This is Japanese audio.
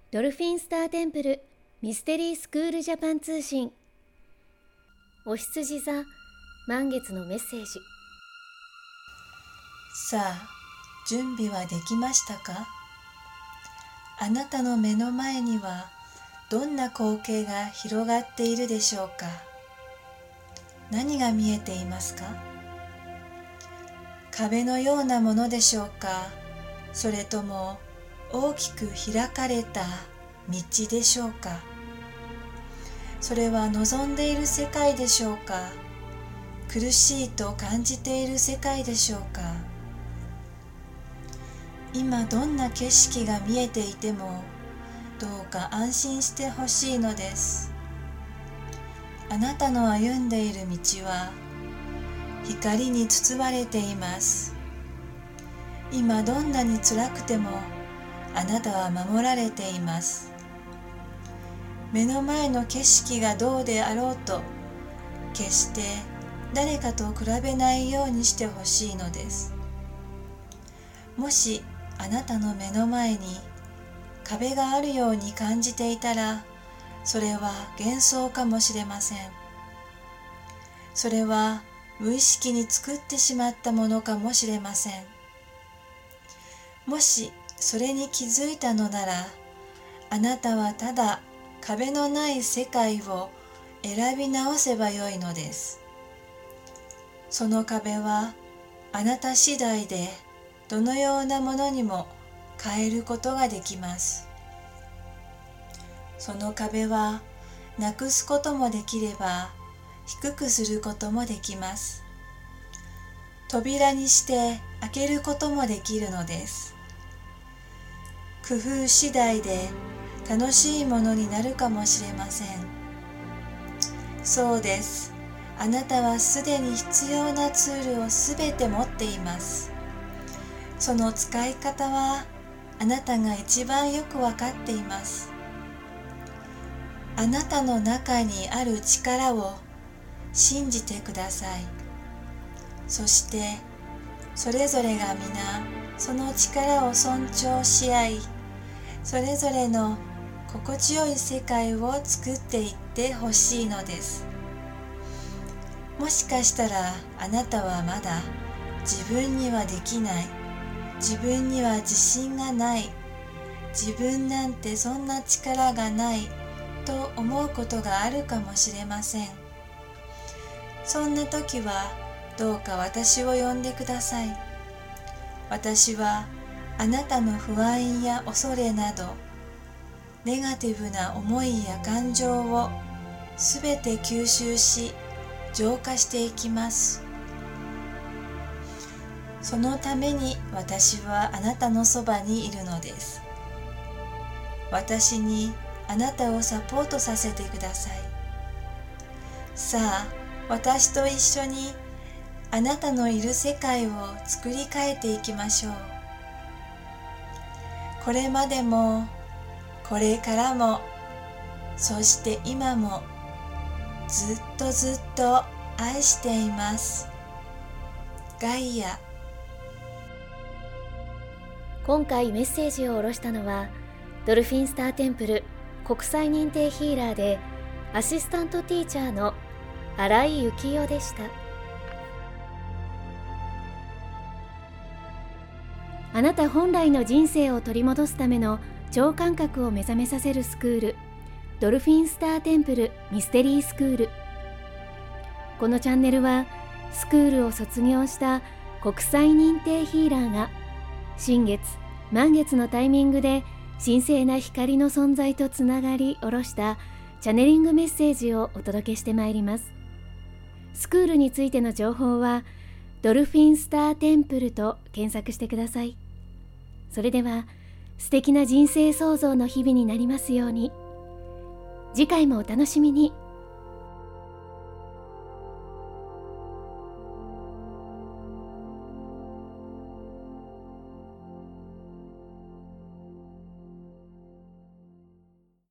ドルフィンスターテンプルミステリースクールジャパン通信。お羊座満月のメッセージ。 さあ、準備はできましたか？あなたの目の前にはどんな光景が広がっているでしょうか？何が見えていますか？壁のようなものでしょうか？それとも大きく開かれた道でしょうか？それは望んでいる世界でしょうか？苦しいと感じている世界でしょうか？今どんな景色が見えていてもどうか安心してほしいのです。あなたの歩んでいる道は光に包まれています。今どんなに辛くてもあなたは守られています。目の前の景色がどうであろうと決して誰かと比べないようにしてほしいのです。もしあなたの目の前に壁があるように感じていたら、それは幻想かもしれません。それは無意識に作ってしまったものかもしれません。もしそれに気づいたのなら、あなたはただ壁のない世界を選び直せばよいのです。その壁はあなた次第でどのようなものにも変えることができます。その壁はなくすこともできれば低くすることもできます。扉にして開けることもできるのです。工夫次第で楽しいものになるかもしれません。そうです。あなたはすでに必要なツールをすべて持っています。その使い方はあなたが一番よくわかっています。あなたの中にある力を信じてください。そしてそれぞれが皆その力を尊重し合い、それぞれの心地よい世界を作っていってほしいのです。もしかしたらあなたはまだ自分にはできない、自分には自信がない、自分なんてそんな力がないと思うことがあるかもしれません。そんな時はどうか私を呼んでください。私はあなたの不安や恐れなどネガティブな思いや感情をすべて吸収し浄化していきます。そのために私はあなたのそばにいるのです。私にあなたをサポートさせてください。さあ、私と一緒にあなたのいる世界を作り変えていきましょう。これまでもこれからもそして今もずっとずっと愛しています。ガイア。 今回メッセージを下ろしたのはドルフィンスターテンプル国際認定ヒーラーでアシスタントティーチャーの新井幸代でした。あなた本来の人生を取り戻すための超感覚を目覚めさせるスクール、ドルフィンスターテンプルミステリースクール。このチャンネルはスクールを卒業した国際認定ヒーラーが新月満月のタイミングで神聖な光の存在とつながり下ろしたチャネリングメッセージをお届けしてまいります。スクールについての情報はドルフィンスターテンプルと検索してください。それでは素敵な人生創造の日々になりますように。次回もお楽しみに。